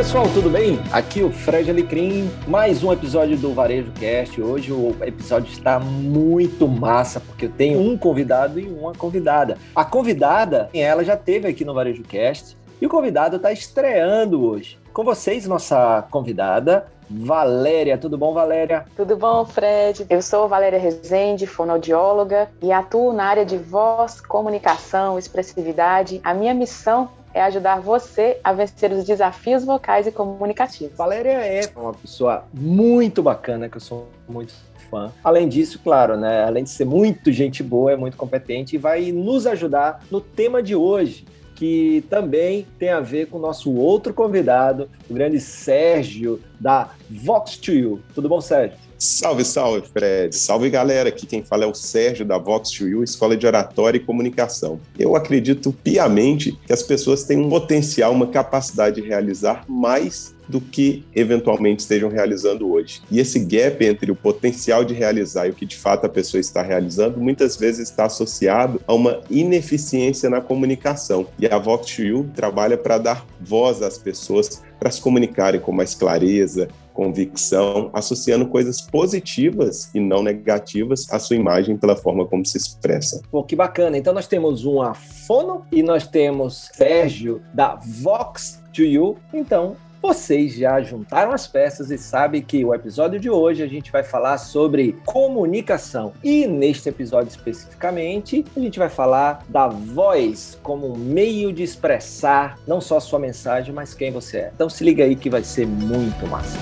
pessoal, tudo bem? Aqui o Fred Alecrim, mais um episódio do Varejo Cast. Hoje o episódio está muito massa, porque eu tenho um convidado e uma convidada. A convidada, ela já esteve aqui no Varejo Cast e o convidado está estreando hoje. Com vocês, nossa convidada, Valéria. Tudo bom, Valéria? Tudo bom, Fred? Eu sou Valéria Rezende, fonoaudióloga e atuo na área de voz, comunicação, expressividade. A minha missão é ajudar você a vencer os desafios vocais e comunicativos. Valéria é uma pessoa muito bacana, que eu sou muito fã. Além disso, claro, né? Além de ser muito gente boa, é muito competente e vai nos ajudar no tema de hoje, que também tem a ver com o nosso outro convidado, o grande Sérgio, da Vox2U. Tudo bom, Sérgio? Salve, salve, Fred. Salve, galera. Aqui quem fala é o Sérgio da Vox2U, Escola de Oratória e Comunicação. Eu acredito piamente que as pessoas têm um potencial, uma capacidade de realizar mais do que eventualmente estejam realizando hoje. E esse gap entre o potencial de realizar e o que de fato a pessoa está realizando, muitas vezes está associado a uma ineficiência na comunicação. E a Vox2U trabalha para dar voz às pessoas para se comunicarem com mais clareza, convicção, associando coisas positivas e não negativas à sua imagem pela forma como se expressa. Pô, que bacana. Então nós temos uma fono e nós temos Sérgio da Vox2U. Então vocês já juntaram as peças e sabem que o episódio de hoje a gente vai falar sobre comunicação. E neste episódio especificamente, a gente vai falar da voz como um meio de expressar não só a sua mensagem, mas quem você é. Então se liga aí que vai ser muito massa.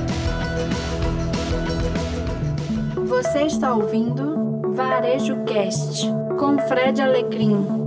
Você está ouvindo Varejo Cast com Fred Alecrim.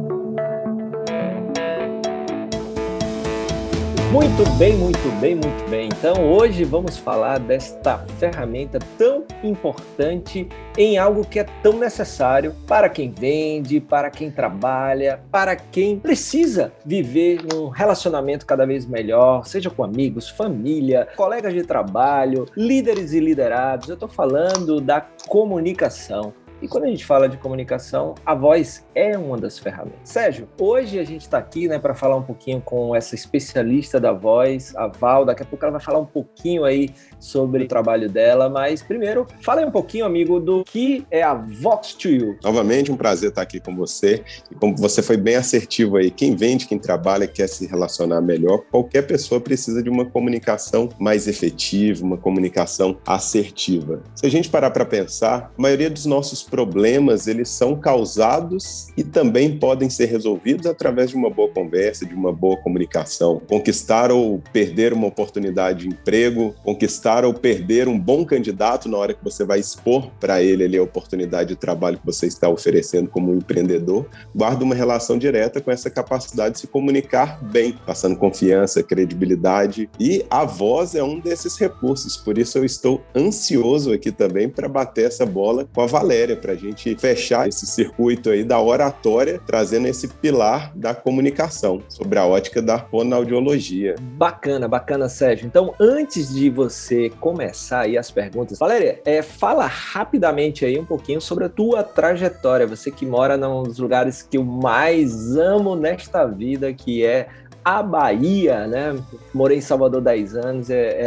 Muito bem, muito bem, muito bem. Então, hoje vamos falar desta ferramenta tão importante em algo que é tão necessário para quem vende, para quem trabalha, para quem precisa viver num relacionamento cada vez melhor, seja com amigos, família, colegas de trabalho, líderes e liderados. Eu estou falando da comunicação. E quando a gente fala de comunicação, a voz é uma das ferramentas. Sérgio, hoje a gente está aqui, né, para falar um pouquinho com essa especialista da voz, a Val. Daqui a pouco ela vai falar um pouquinho aí sobre o trabalho dela, mas primeiro, fala aí um pouquinho, amigo, do que é a Vox2U. Novamente, um prazer estar aqui com você. E como você foi bem assertivo aí, quem vende, quem trabalha, quer se relacionar melhor, qualquer pessoa precisa de uma comunicação mais efetiva, uma comunicação assertiva. Se a gente parar para pensar, a maioria dos nossos problemas, eles são causados e também podem ser resolvidos através de uma boa conversa, de uma boa comunicação. Conquistar ou perder uma oportunidade de emprego, conquistar ou perder um bom candidato na hora que você vai expor para ele ali a oportunidade de trabalho que você está oferecendo como um empreendedor, guarda uma relação direta com essa capacidade de se comunicar bem, passando confiança, credibilidade, e a voz é um desses recursos. Por isso eu estou ansioso aqui também para bater essa bola com a Valéria, para a gente fechar esse circuito aí da oratória, trazendo esse pilar da comunicação, sobre a ótica da fonoaudiologia. Bacana, bacana, Sérgio. Então, antes de você começar aí as perguntas, Valéria, fala rapidamente aí um pouquinho sobre a tua trajetória. Você que mora num dos lugares que eu mais amo nesta vida, que é a Bahia, né? Morei em Salvador 10 anos,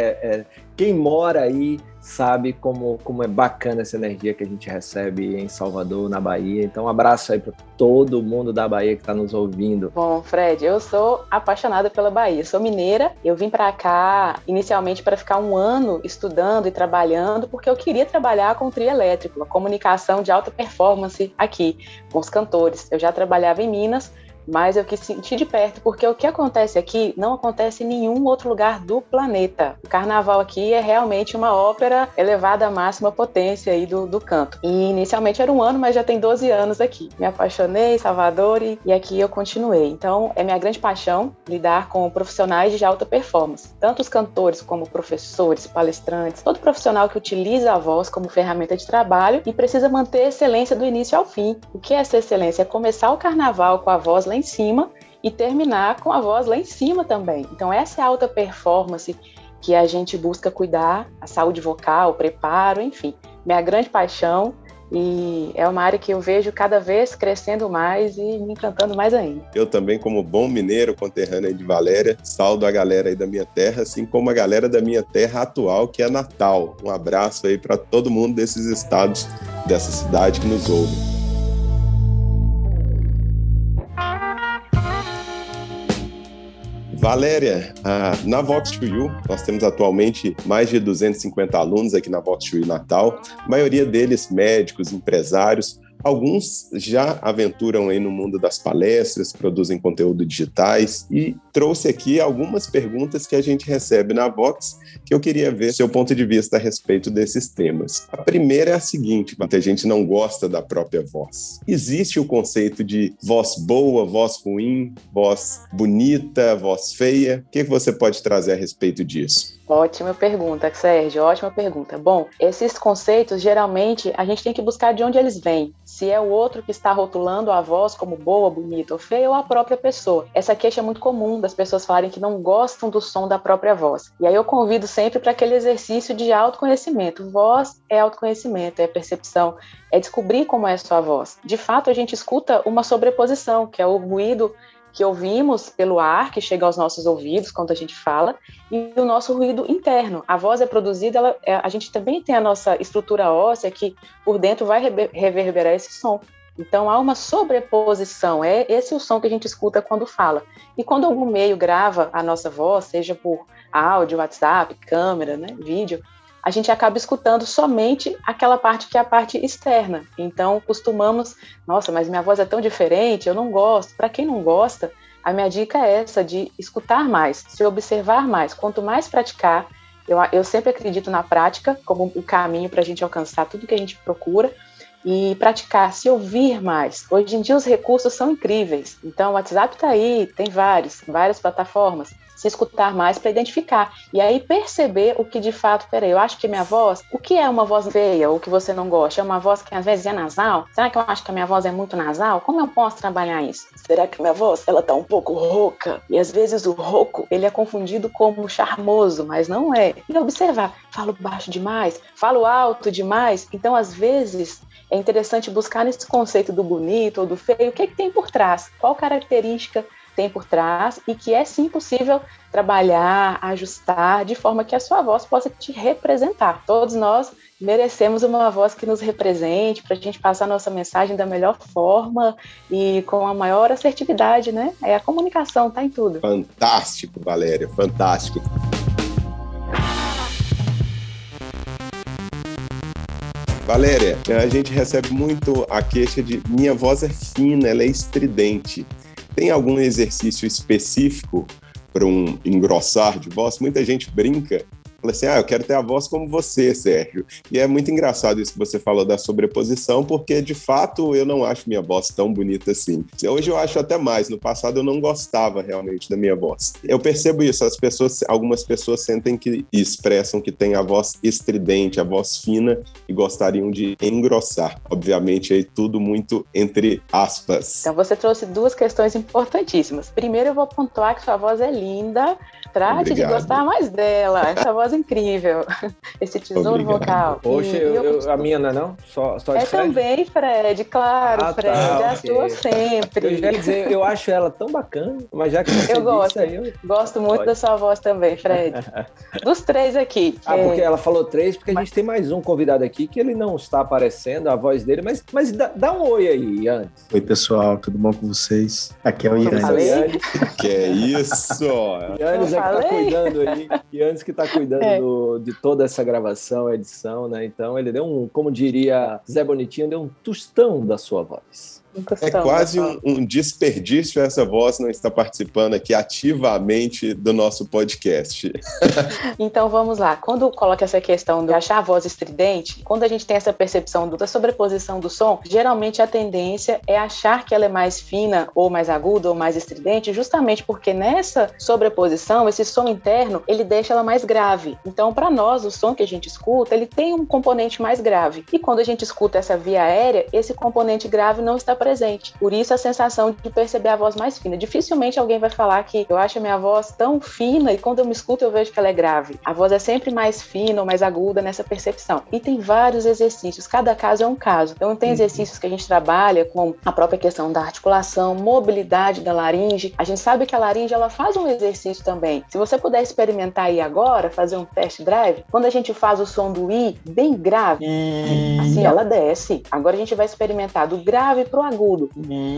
quem mora aí sabe como é bacana essa energia que a gente recebe em Salvador, na Bahia. Então, um abraço aí para todo mundo da Bahia que está nos ouvindo. Bom, Fred, eu sou apaixonada pela Bahia. Sou mineira. Eu vim para cá inicialmente para ficar um ano estudando e trabalhando, porque eu queria trabalhar com o trio elétrico, a comunicação de alta performance aqui, com os cantores. Eu já trabalhava em Minas, mas eu quis sentir de perto, porque o que acontece aqui não acontece em nenhum outro lugar do planeta. O carnaval aqui é realmente uma ópera elevada à máxima potência aí do canto. E inicialmente era um ano, mas já tem 12 anos aqui. Me apaixonei em Salvador e aqui eu continuei. Então, é minha grande paixão lidar com profissionais de alta performance. Tanto os cantores como professores, palestrantes, todo profissional que utiliza a voz como ferramenta de trabalho e precisa manter a excelência do início ao fim. O que é essa excelência? É começar o carnaval com a voz lá em cima e terminar com a voz lá em cima também. Então essa é a alta performance que a gente busca cuidar, a saúde vocal, o preparo, enfim. Minha grande paixão e é uma área que eu vejo cada vez crescendo mais e me encantando mais ainda. Eu também, como bom mineiro, conterrâneo de Valéria, saldo a galera aí da minha terra, assim como a galera da minha terra atual, que é Natal. Um abraço aí para todo mundo desses estados, dessa cidade que nos ouve. Valéria, na Vox2U, nós temos atualmente mais de 250 alunos aqui na Vox2U Natal, a maioria deles médicos, empresários. Alguns já aventuram aí no mundo das palestras, produzem conteúdo digitais e trouxe aqui algumas perguntas que a gente recebe na Vox que eu queria ver seu ponto de vista a respeito desses temas. A primeira é a seguinte: muita gente não gosta da própria voz. Existe o conceito de voz boa, voz ruim, voz bonita, voz feia? O que você pode trazer a respeito disso? Ótima pergunta, Sérgio, ótima pergunta. Bom, esses conceitos, geralmente, a gente tem que buscar de onde eles vêm. Se é o outro que está rotulando a voz como boa, bonita ou feia, ou a própria pessoa. Essa queixa é muito comum das pessoas falarem que não gostam do som da própria voz. E aí eu convido sempre para aquele exercício de autoconhecimento. Voz é autoconhecimento, é percepção, é descobrir como é a sua voz. De fato, a gente escuta uma sobreposição, que é o ruído que ouvimos pelo ar, que chega aos nossos ouvidos quando a gente fala, e o nosso ruído interno. A voz é produzida, a gente também tem a nossa estrutura óssea que por dentro vai reverberar esse som. Então há uma sobreposição, é esse o som que a gente escuta quando fala. E quando algum meio grava a nossa voz, seja por áudio, WhatsApp, câmera, né, vídeo, a gente acaba escutando somente aquela parte que é a parte externa. Então, costumamos, nossa, mas minha voz é tão diferente, eu não gosto. Para quem não gosta, a minha dica é essa, de escutar mais, se observar mais. Quanto mais praticar, eu sempre acredito na prática como o caminho para a gente alcançar tudo que a gente procura, e praticar, se ouvir mais. Hoje em dia os recursos são incríveis. Então, o WhatsApp está aí, tem várias plataformas. Se escutar mais para identificar. E aí perceber o que de fato, eu acho que minha voz, o que é uma voz feia ou que você não gosta? É uma voz que às vezes é nasal? Será que eu acho que a minha voz é muito nasal? Como eu posso trabalhar isso? Será que minha voz, ela tá um pouco rouca? E às vezes o rouco, ele é confundido como charmoso, mas não é. E observar, falo baixo demais? Falo alto demais? Então, às vezes, é interessante buscar nesse conceito do bonito ou do feio, o que é que tem por trás? Qual característica tem por trás, e que é sim possível trabalhar, ajustar, de forma que a sua voz possa te representar. Todos nós merecemos uma voz que nos represente, para a gente passar a nossa mensagem da melhor forma e com a maior assertividade, né? A comunicação está em tudo. Fantástico, Valéria, fantástico. Valéria, a gente recebe muito a queixa de minha voz é fina, ela é estridente. Tem algum exercício específico para um engrossar de voz? Muita gente brinca, fala assim, eu quero ter a voz como você, Sérgio. E é muito engraçado isso que você falou da sobreposição, porque, de fato, eu não acho minha voz tão bonita assim. Hoje eu acho até mais. No passado eu não gostava realmente da minha voz. Eu percebo isso. Algumas pessoas sentem que expressam que tem a voz estridente, a voz fina, e gostariam de engrossar. Obviamente, aí tudo muito entre aspas. Então, você trouxe duas questões importantíssimas. Primeiro, eu vou pontuar que sua voz é linda. Trate de gostar mais dela. Essa voz é incrível. Esse tesouro vocal. Poxa, a minha não é não? Só é Fred? Também, Fred. Claro, Fred. Tá, a sua sempre. Eu já ia dizer, eu acho ela tão bacana, mas já que você disse aí... Eu gosto muito da sua voz também, Fred. Dos três aqui. Porque ela falou três, porque a gente tem mais um convidado aqui que ele não está aparecendo, a voz dele, mas dá um oi aí, Yannis. Oi, pessoal. Tudo bom com vocês? Aqui é o Yannis. Que é isso? Yannis é que tá cuidando aí. Yannis que tá cuidando de toda essa gravação, edição, né? Então ele deu como diria Zé Bonitinho, deu um tostão da sua voz. É quase um desperdício essa voz não estar participando aqui ativamente do nosso podcast. Então vamos lá, quando coloca essa questão de achar a voz estridente, quando a gente tem essa percepção da sobreposição do som, geralmente a tendência é achar que ela é mais fina ou mais aguda ou mais estridente, justamente porque nessa sobreposição, esse som interno, ele deixa ela mais grave. Então para nós, o som que a gente escuta, ele tem um componente mais grave. E quando a gente escuta essa via aérea, esse componente grave não está presente. Por isso a sensação de perceber a voz mais fina. Dificilmente alguém vai falar que eu acho a minha voz tão fina e quando eu me escuto eu vejo que ela é grave. A voz é sempre mais fina ou mais aguda nessa percepção. E tem vários exercícios, cada caso é um caso. Então tem exercícios que a gente trabalha com a própria questão da articulação, mobilidade da laringe. A gente sabe que a laringe ela faz um exercício também. Se você puder experimentar aí agora, fazer um test drive, quando a gente faz o som do I bem grave, assim ela desce. Agora a gente vai experimentar do grave pro agudo.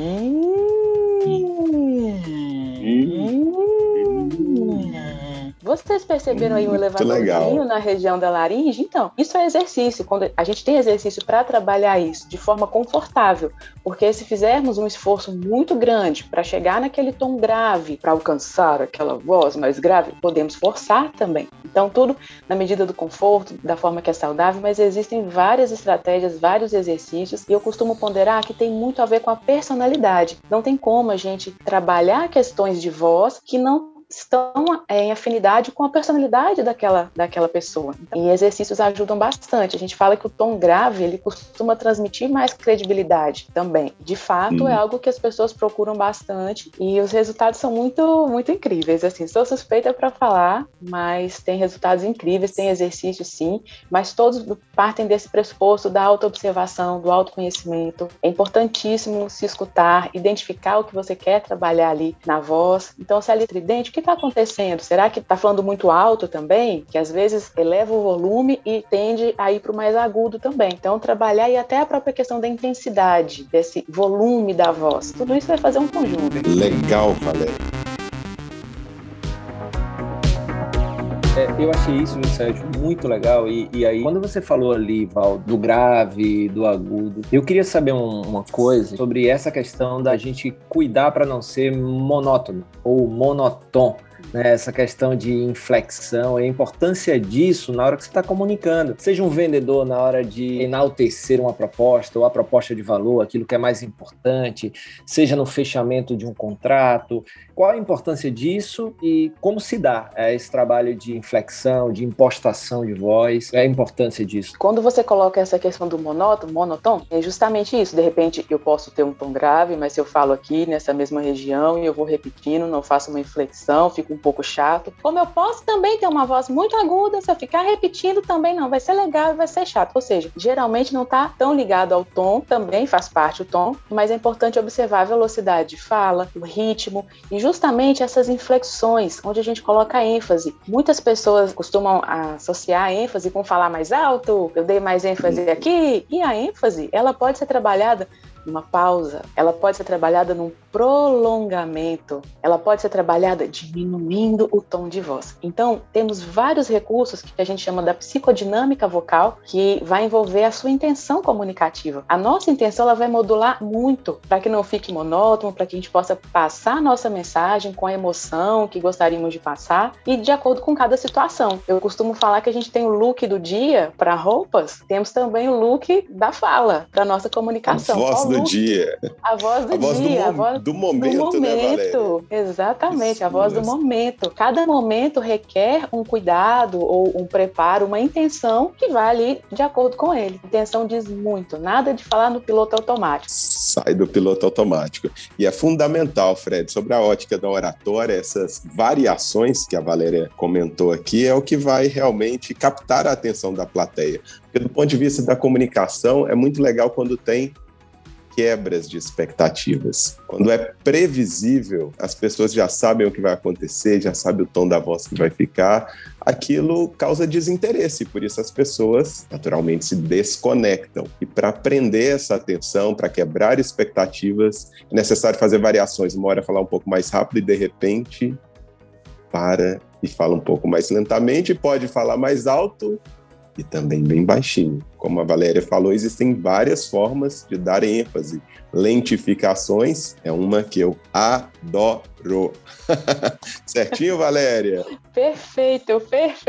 Vocês perceberam aí um elevadorzinho na região da laringe? Então, isso é exercício. Quando a gente tem exercício para trabalhar isso de forma confortável, porque se fizermos um esforço muito grande para chegar naquele tom grave, para alcançar aquela voz mais grave, podemos forçar também. Então, tudo na medida do conforto, da forma que é saudável, mas existem várias estratégias, vários exercícios, e eu costumo ponderar que tem muito a ver com a personalidade. Não tem como a gente trabalhar questões de voz que não estão em afinidade com a personalidade daquela pessoa. E exercícios ajudam bastante. A gente fala que o tom grave, ele costuma transmitir mais credibilidade também. De fato, é algo que as pessoas procuram bastante e os resultados são muito, muito incríveis. Assim, sou suspeita para falar, mas tem resultados incríveis, tem exercícios sim, mas todos partem desse pressuposto da autoobservação, do autoconhecimento. É importantíssimo se escutar, identificar o que você quer trabalhar ali na voz. Então, se é estridente, o que está acontecendo? Será que está falando muito alto também? Que às vezes eleva o volume e tende a ir para o mais agudo também. Então, trabalhar e até a própria questão da intensidade, desse volume da voz. Tudo isso vai fazer um conjunto. Legal, Valéria. Eu achei isso, Sérgio, muito legal. E aí, quando você falou ali, Val, do grave, do agudo, eu queria saber uma coisa sobre essa questão da gente cuidar para não ser monótono ou monotom. Essa questão de inflexão, a importância disso na hora que você está comunicando. Seja um vendedor na hora de enaltecer uma proposta ou a proposta de valor, aquilo que é mais importante, seja no fechamento de um contrato. Qual a importância disso e como se dá esse trabalho de inflexão, de impostação de voz, a importância disso? Quando você coloca essa questão do monotom, é justamente isso. De repente, eu posso ter um tom grave, mas se eu falo aqui nessa mesma região e eu vou repetindo, não faço uma inflexão, fico um pouco chato. Como eu posso também ter uma voz muito aguda, se eu ficar repetindo também não, vai ser legal e vai ser chato. Ou seja, geralmente não está tão ligado ao tom, também faz parte o tom, mas é importante observar a velocidade de fala, o ritmo e justamente essas inflexões, onde a gente coloca ênfase. Muitas pessoas costumam associar a ênfase com falar mais alto, eu dei mais ênfase aqui, e a ênfase, ela pode ser trabalhada numa pausa, ela pode ser trabalhada num prolongamento, ela pode ser trabalhada diminuindo o tom de voz. Então, temos vários recursos que a gente chama da psicodinâmica vocal, que vai envolver a sua intenção comunicativa. A nossa intenção, ela vai modular muito para que não fique monótono, para que a gente possa passar a nossa mensagem com a emoção que gostaríamos de passar e de acordo com cada situação. Eu costumo falar que a gente tem o look do dia para roupas, temos também o look da fala para nossa comunicação. A voz do dia. A voz do dia. Do momento, né, Valéria? Exatamente, Isso, a voz do momento. Cada momento requer um cuidado ou um preparo, uma intenção que vai ali de acordo com ele. A intenção diz muito, nada de falar no piloto automático. Sai do piloto automático. E é fundamental, Fred, sobre a ótica da oratória, essas variações que a Valéria comentou aqui é o que vai realmente captar a atenção da plateia. Porque do ponto de vista da comunicação, é muito legal quando tem quebras de expectativas. Quando é previsível, as pessoas já sabem o que vai acontecer, já sabem o tom da voz que vai ficar, aquilo causa desinteresse, por isso as pessoas naturalmente se desconectam. E para prender essa atenção, para quebrar expectativas, é necessário fazer variações. Uma hora falar um pouco mais rápido e de repente para e fala um pouco mais lentamente, pode falar mais alto e também bem baixinho. Como a Valéria falou, existem várias formas de dar ênfase. Lentificações é uma que eu adoro. Certinho, Valéria? Perfeito.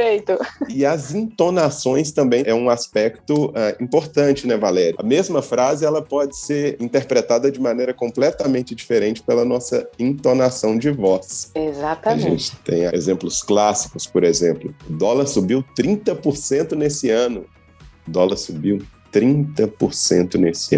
E as entonações também é um aspecto importante, né, Valéria? A mesma frase ela pode ser interpretada de maneira completamente diferente pela nossa entonação de voz. Exatamente. A gente tem exemplos clássicos, por exemplo, o dólar subiu 30% nesse ano. O dólar subiu 30% nesse ano.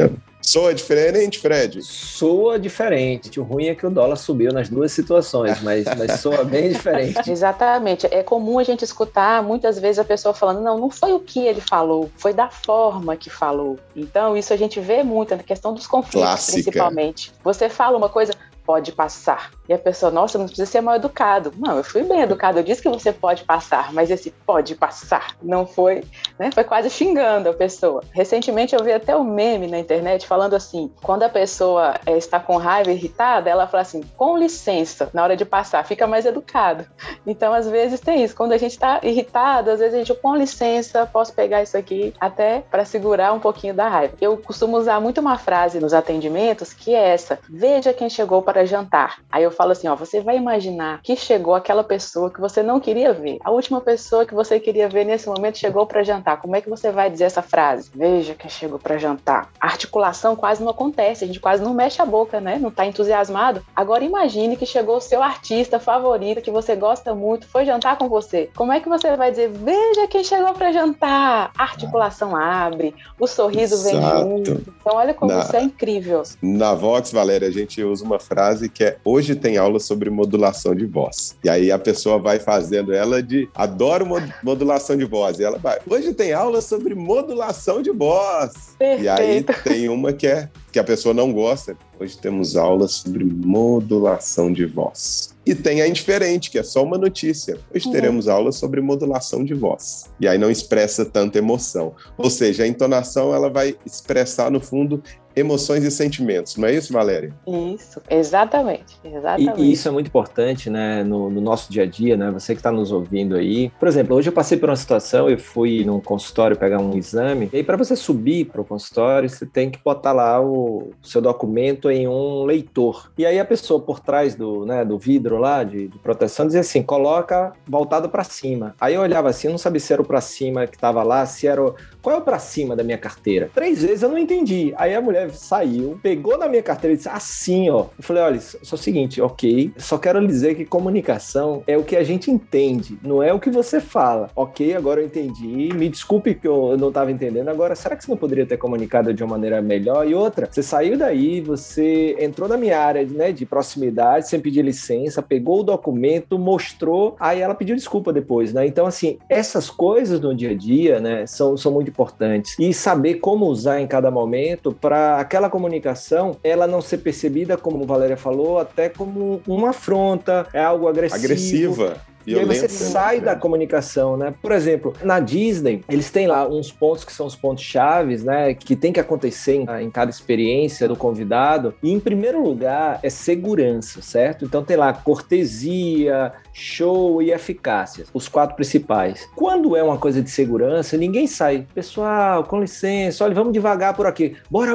Soa diferente, Fred? Soa diferente. O ruim é que o dólar subiu nas duas situações, mas soa bem diferente. Exatamente. É comum a gente escutar muitas vezes a pessoa falando, não foi o que ele falou, foi da forma que falou. Então, isso a gente vê muito na questão dos conflitos, clássica. Principalmente. Você fala uma coisa, pode passar. E a pessoa, nossa, não precisa ser mal educado. Não, eu fui bem educado, eu disse que você pode passar, mas esse pode passar não foi, né? Foi quase xingando a pessoa. Recentemente eu vi até um meme na internet falando assim, quando a pessoa está com raiva, irritada, ela fala assim, com licença, na hora de passar, fica mais educado. Então, às vezes tem isso, quando a gente está irritado, às vezes a gente, com licença, posso pegar isso aqui, até para segurar um pouquinho da raiva. Eu costumo usar muito uma frase nos atendimentos, que é essa, veja quem chegou para jantar. Aí eu falo assim, você vai imaginar que chegou aquela pessoa que você não queria ver. A última pessoa que você queria ver nesse momento chegou para jantar. Como é que você vai dizer essa frase? Veja quem chegou para jantar. A articulação quase não acontece, a gente quase não mexe a boca, né? Não tá entusiasmado. Agora imagine que chegou o seu artista favorito, que você gosta muito, foi jantar com você. Como é que você vai dizer, veja quem chegou para jantar? A articulação abre, o sorriso vem junto. Então olha como isso é incrível. Na Vox, Valéria, a gente usa uma frase que é, hoje tem aula sobre modulação de voz. E aí a pessoa vai fazendo ela de, adoro modulação de voz. E ela vai, hoje tem aula sobre modulação de voz. Perfeito. E aí tem uma que a pessoa não gosta. Hoje temos aula sobre modulação de voz. E tem a indiferente, que é só uma notícia. Hoje teremos aula sobre modulação de voz. E aí não expressa tanta emoção. Ou seja, a entonação ela vai expressar, no fundo, emoções e sentimentos. Não é isso, Valéria? Isso, exatamente. E isso é muito importante, né, no nosso dia a dia, né? Você que está nos ouvindo aí. Por exemplo, hoje eu passei por uma situação, eu fui num consultório pegar um exame, e aí para você subir para o consultório, você tem que botar lá o seu documento em um leitor. E aí a pessoa por trás do vidro lá de proteção dizia assim, coloca voltado para cima. Aí eu olhava assim, eu não sabia se era o para cima que estava lá, se era qual é o para cima da minha carteira. 3 vezes eu não entendi. Aí a mulher saiu, pegou na minha carteira e disse assim, ó. Eu falei, olha, só o seguinte, ok, só quero dizer que comunicação é o que a gente entende, não é o que você fala. Ok, agora eu entendi, me desculpe que eu não estava entendendo. Agora, será que você não poderia ter comunicado de uma maneira melhor? E outra, você saiu daí, você entrou na minha área, né, de proximidade, sem pedir licença, pegou o documento, mostrou, aí ela pediu desculpa depois, né? Então, assim, essas coisas no dia a dia, né, são muito importantes. E saber como usar em cada momento para aquela comunicação, ela não ser percebida, como a Valéria falou, até como uma afronta, é algo agressiva. E aí você sai da comunicação, né? Por exemplo, na Disney, eles têm lá uns pontos que são os pontos chaves, né? Que tem que acontecer em cada experiência do convidado. E, em primeiro lugar, é segurança, certo? Então tem lá cortesia, show e eficácia. Os 4 principais. Quando é uma coisa de segurança, ninguém sai. Pessoal, com licença, olha, vamos devagar por aqui. Bora.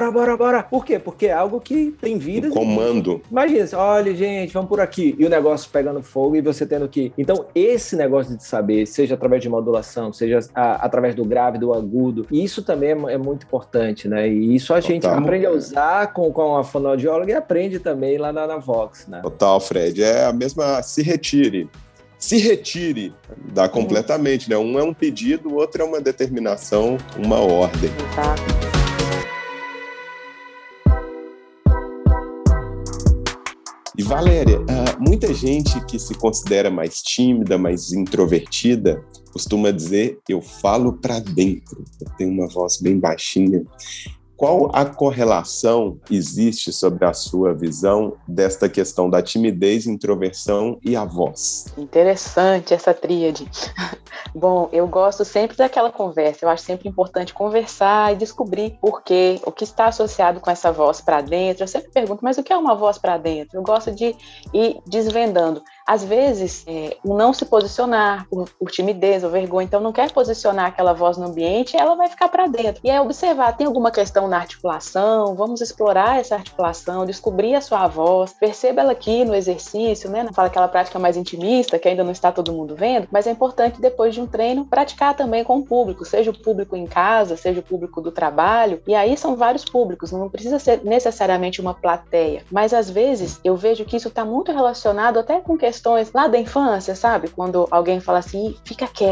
Por quê? Porque é algo que tem vida. Comando. Imagina, olha, gente, vamos por aqui. E o negócio pegando fogo e você tendo que... Então, esse negócio de saber, seja através de modulação, seja através do grave, do agudo, isso também é muito importante, né? E isso a gente aprende a usar com a fonoaudióloga e aprende também lá na Vox, né? Total, Fred. É a mesma... Se retire, dá completamente, né? Um é um pedido, o outro é uma determinação, uma ordem. Exato. E Valéria, muita gente que se considera mais tímida, mais introvertida, costuma dizer, eu falo para dentro, eu tenho uma voz bem baixinha. Qual a correlação existe sobre a sua visão desta questão da timidez, introversão e a voz? Interessante essa tríade. Bom, eu gosto sempre daquela conversa, eu acho sempre importante conversar e descobrir o que está associado com essa voz para dentro. Eu sempre pergunto, mas o que é uma voz para dentro? Eu gosto de ir desvendando. Às vezes, o não se posicionar por timidez ou vergonha, então não quer posicionar aquela voz no ambiente, ela vai ficar para dentro. E é observar, tem alguma questão na articulação, vamos explorar essa articulação, descobrir a sua voz, perceba ela aqui no exercício, né? Não fala aquela prática mais intimista, que ainda não está todo mundo vendo, mas é importante depois de um treino praticar também com o público, seja o público em casa, seja o público do trabalho, e aí são vários públicos, não precisa ser necessariamente uma plateia, mas às vezes eu vejo que isso está muito relacionado até com questões lá da infância, sabe? Quando alguém fala assim, fica quieto,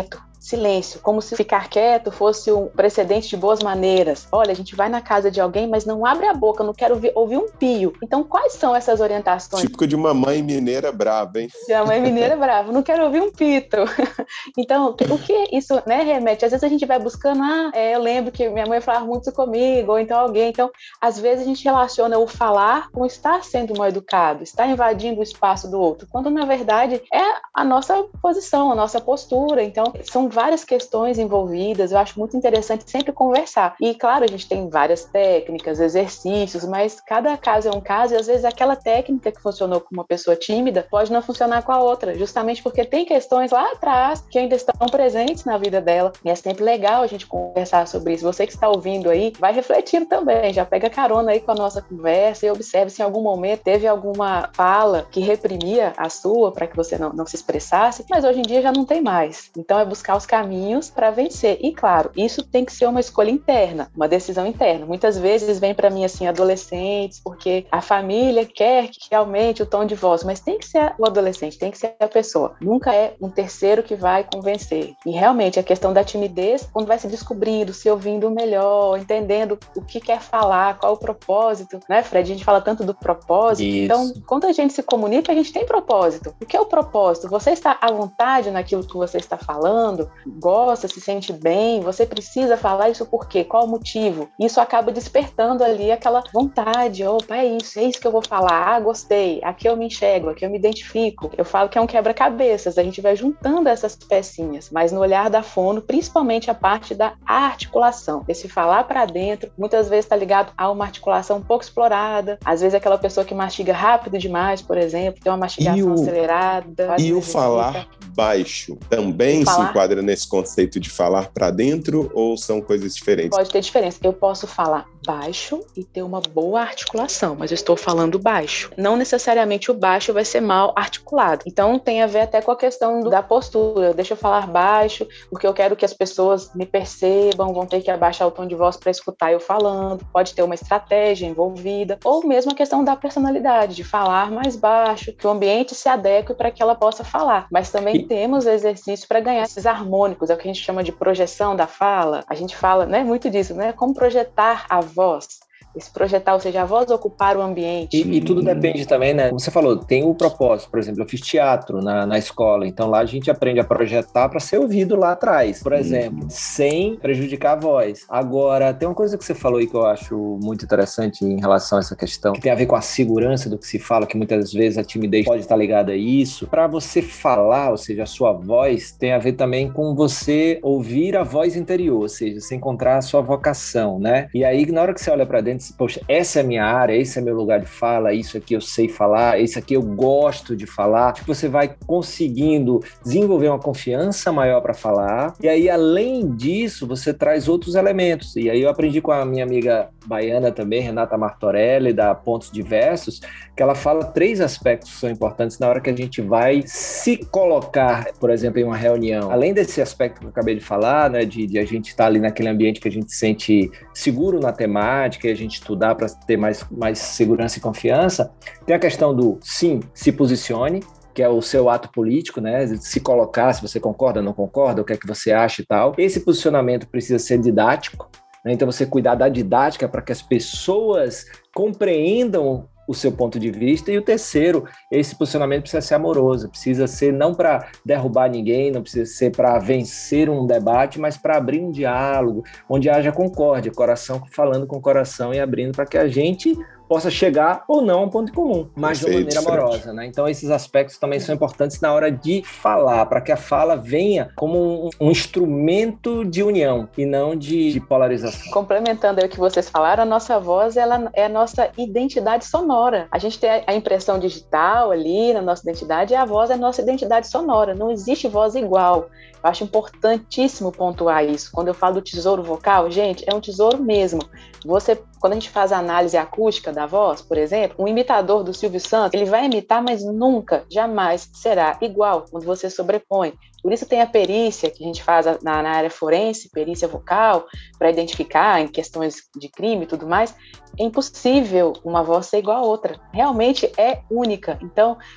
silêncio, como se ficar quieto fosse um precedente de boas maneiras. Olha, a gente vai na casa de alguém, mas não abre a boca, não quero ouvir um pio. Então, quais são essas orientações? Típico de uma mãe mineira brava, hein? De uma mãe mineira brava, não quero ouvir um pito. Então, o que isso, né, remete? Às vezes a gente vai buscando, eu lembro que minha mãe falava muito isso comigo, ou então alguém. Então, às vezes a gente relaciona o falar com estar sendo mal educado, estar invadindo o espaço do outro, quando na verdade é a nossa posição, a nossa postura. Então, são várias questões envolvidas. Eu acho muito interessante sempre conversar. E, claro, a gente tem várias técnicas, exercícios, mas cada caso é um caso, e às vezes aquela técnica que funcionou com uma pessoa tímida pode não funcionar com a outra, justamente porque tem questões lá atrás que ainda estão presentes na vida dela. E é sempre legal a gente conversar sobre isso. Você que está ouvindo aí, vai refletindo também, já pega carona aí com a nossa conversa e observe se em algum momento teve alguma fala que reprimia a sua para que você não se expressasse, mas hoje em dia já não tem mais. Então é buscar os caminhos para vencer. E claro, isso tem que ser uma escolha interna, uma decisão interna. Muitas vezes vem para mim assim, adolescentes, porque a família quer que aumente o tom de voz, mas tem que ser o adolescente, tem que ser a pessoa. Nunca é um terceiro que vai convencer. E realmente a questão da timidez, quando vai se descobrindo, se ouvindo melhor, entendendo o que quer falar, qual o propósito, né, Fred? A gente fala tanto do propósito. Isso. Então, quando a gente se comunica, a gente tem propósito. O que é o propósito? Você está à vontade naquilo que você está falando? Gosta, se sente bem? Você precisa falar isso por quê? Qual o motivo? Isso acaba despertando ali aquela vontade. Opa, é isso que eu vou falar. Gostei. Aqui eu me enxergo, aqui eu me identifico. Eu falo que é um quebra-cabeças. A gente vai juntando essas pecinhas, mas no olhar da fono, principalmente a parte da articulação. Esse falar para dentro, muitas vezes está ligado a uma articulação um pouco explorada. Às vezes aquela pessoa que mastiga rápido demais, por exemplo, tem uma mastigação acelerada. E o falar baixo também se enquadra nesse conceito de falar para dentro ou são coisas diferentes? Pode ter diferença. Eu posso falar baixo e ter uma boa articulação, mas eu estou falando baixo. Não necessariamente o baixo vai ser mal articulado. Então tem a ver até com a questão da postura. Deixa eu falar baixo, porque eu quero que as pessoas me percebam, vão ter que abaixar o tom de voz para escutar eu falando. Pode ter uma estratégia envolvida, ou mesmo a questão da personalidade, de falar mais baixo, que o ambiente se adeque para que ela possa falar. Mas também temos exercícios para ganhar esses harmônicos, é o que a gente chama de projeção da fala. A gente fala, né, muito disso, né? Como projetar a voz. Esse projetar, ou seja, a voz ocupar o ambiente. E tudo depende também, né? Como você falou, tem o propósito. Por exemplo, eu fiz teatro na escola, então lá a gente aprende a projetar para ser ouvido lá atrás, por exemplo, sem prejudicar a voz. Agora, tem uma coisa que você falou aí que eu acho muito interessante em relação a essa questão, que tem a ver com a segurança do que se fala, que muitas vezes a timidez pode estar ligada a isso. Para você falar, ou seja, a sua voz, tem a ver também com você ouvir a voz interior, ou seja, você encontrar a sua vocação, né? E aí, na hora que você olha para dentro, poxa, essa é a minha área, esse é meu lugar de fala, isso aqui eu sei falar, esse aqui eu gosto de falar. Você vai conseguindo desenvolver uma confiança maior para falar. E aí, além disso, você traz outros elementos. E aí eu aprendi com a minha amiga baiana também, Renata Martorelli, da Pontos Diversos, que ela fala 3 aspectos que são importantes na hora que a gente vai se colocar, por exemplo, em uma reunião. Além desse aspecto que eu acabei de falar, né, de a gente estar ali naquele ambiente que a gente se sente seguro na temática e a gente estudar para ter mais segurança e confiança, tem a questão do sim, se posicione, que é o seu ato político, né? Se colocar, se você concorda, não concorda, o que é que você acha e tal. Esse posicionamento precisa ser didático, né? Então você cuidar da didática para que as pessoas compreendam o seu ponto de vista. E o terceiro, esse posicionamento precisa ser amoroso, precisa ser não para derrubar ninguém, não precisa ser para vencer um debate, mas para abrir um diálogo, onde haja concórdia, coração falando com coração e abrindo para que a gente possa chegar ou não a um ponto comum, mas de uma maneira amorosa, né? Então esses aspectos também são importantes na hora de falar, para que a fala venha como um instrumento de união e não de polarização. Complementando aí o que vocês falaram, a nossa voz, ela é a nossa identidade sonora. A gente tem a impressão digital ali na nossa identidade, e a voz é a nossa identidade sonora. Não existe voz igual. Eu acho importantíssimo pontuar isso. Quando eu falo do tesouro vocal, gente, é um tesouro mesmo. Quando a gente faz a análise acústica da voz, por exemplo, um imitador do Silvio Santos, ele vai imitar, mas nunca, jamais será igual quando você sobrepõe. Por isso tem a perícia que a gente faz na área forense, perícia vocal, para identificar em questões de crime e tudo mais. É impossível uma voz ser igual a outra. Realmente é única. Então,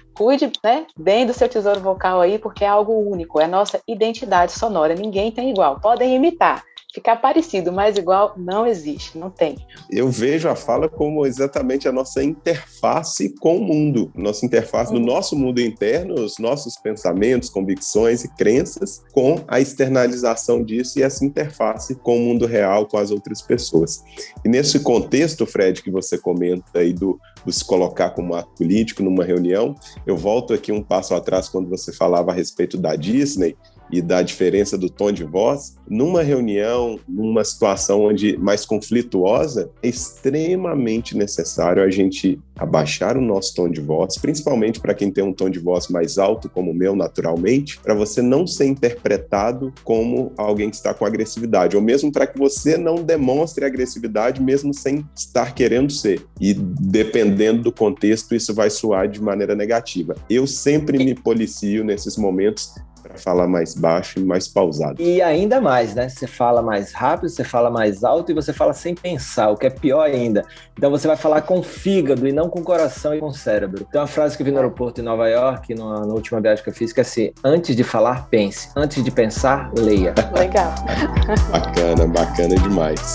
cuide, né, bem do seu tesouro vocal aí, porque é algo único, é a nossa identidade sonora, ninguém tem igual. Podem imitar, ficar parecido, mas igual não existe, não tem. Eu vejo a fala como exatamente a nossa interface com o mundo, nossa interface do nosso mundo interno, os nossos pensamentos, convicções e crenças, com a externalização disso e essa interface com o mundo real, com as outras pessoas. E nesse contexto, Fred, que você comenta aí do se colocar como ato político numa reunião, eu volto aqui um passo atrás quando você falava a respeito da Disney e da diferença do tom de voz. Numa reunião, numa situação mais conflituosa, é extremamente necessário a gente abaixar o nosso tom de voz, principalmente para quem tem um tom de voz mais alto, como o meu, naturalmente, para você não ser interpretado como alguém que está com agressividade, ou mesmo para que você não demonstre agressividade, mesmo sem estar querendo ser. E dependendo do contexto, isso vai soar de maneira negativa. Eu sempre me policio nesses momentos para falar mais baixo e mais pausado. E ainda mais, né? Você fala mais rápido, você fala mais alto e você fala sem pensar, o que é pior ainda. Então você vai falar com o fígado e não com o coração e com o cérebro. Tem uma frase que eu vi no aeroporto em Nova York, na última viagem que eu fiz, que é assim: antes de falar, pense. Antes de pensar, leia. Legal. Bacana demais.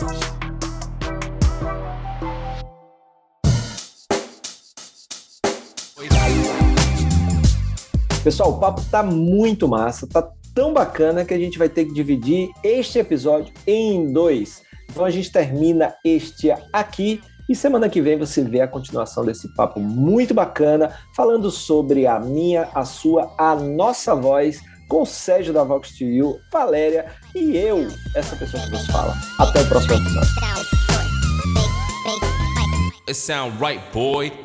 Pessoal, o papo tá muito massa, tá tão bacana que a gente vai ter que dividir este episódio em 2. Então a gente termina este aqui e semana que vem você vê a continuação desse papo muito bacana, falando sobre a minha, a sua, a nossa voz, com o Sérgio da Vox to You, Valéria e eu, essa pessoa que nos fala. Até o próximo episódio. It sound right, boy.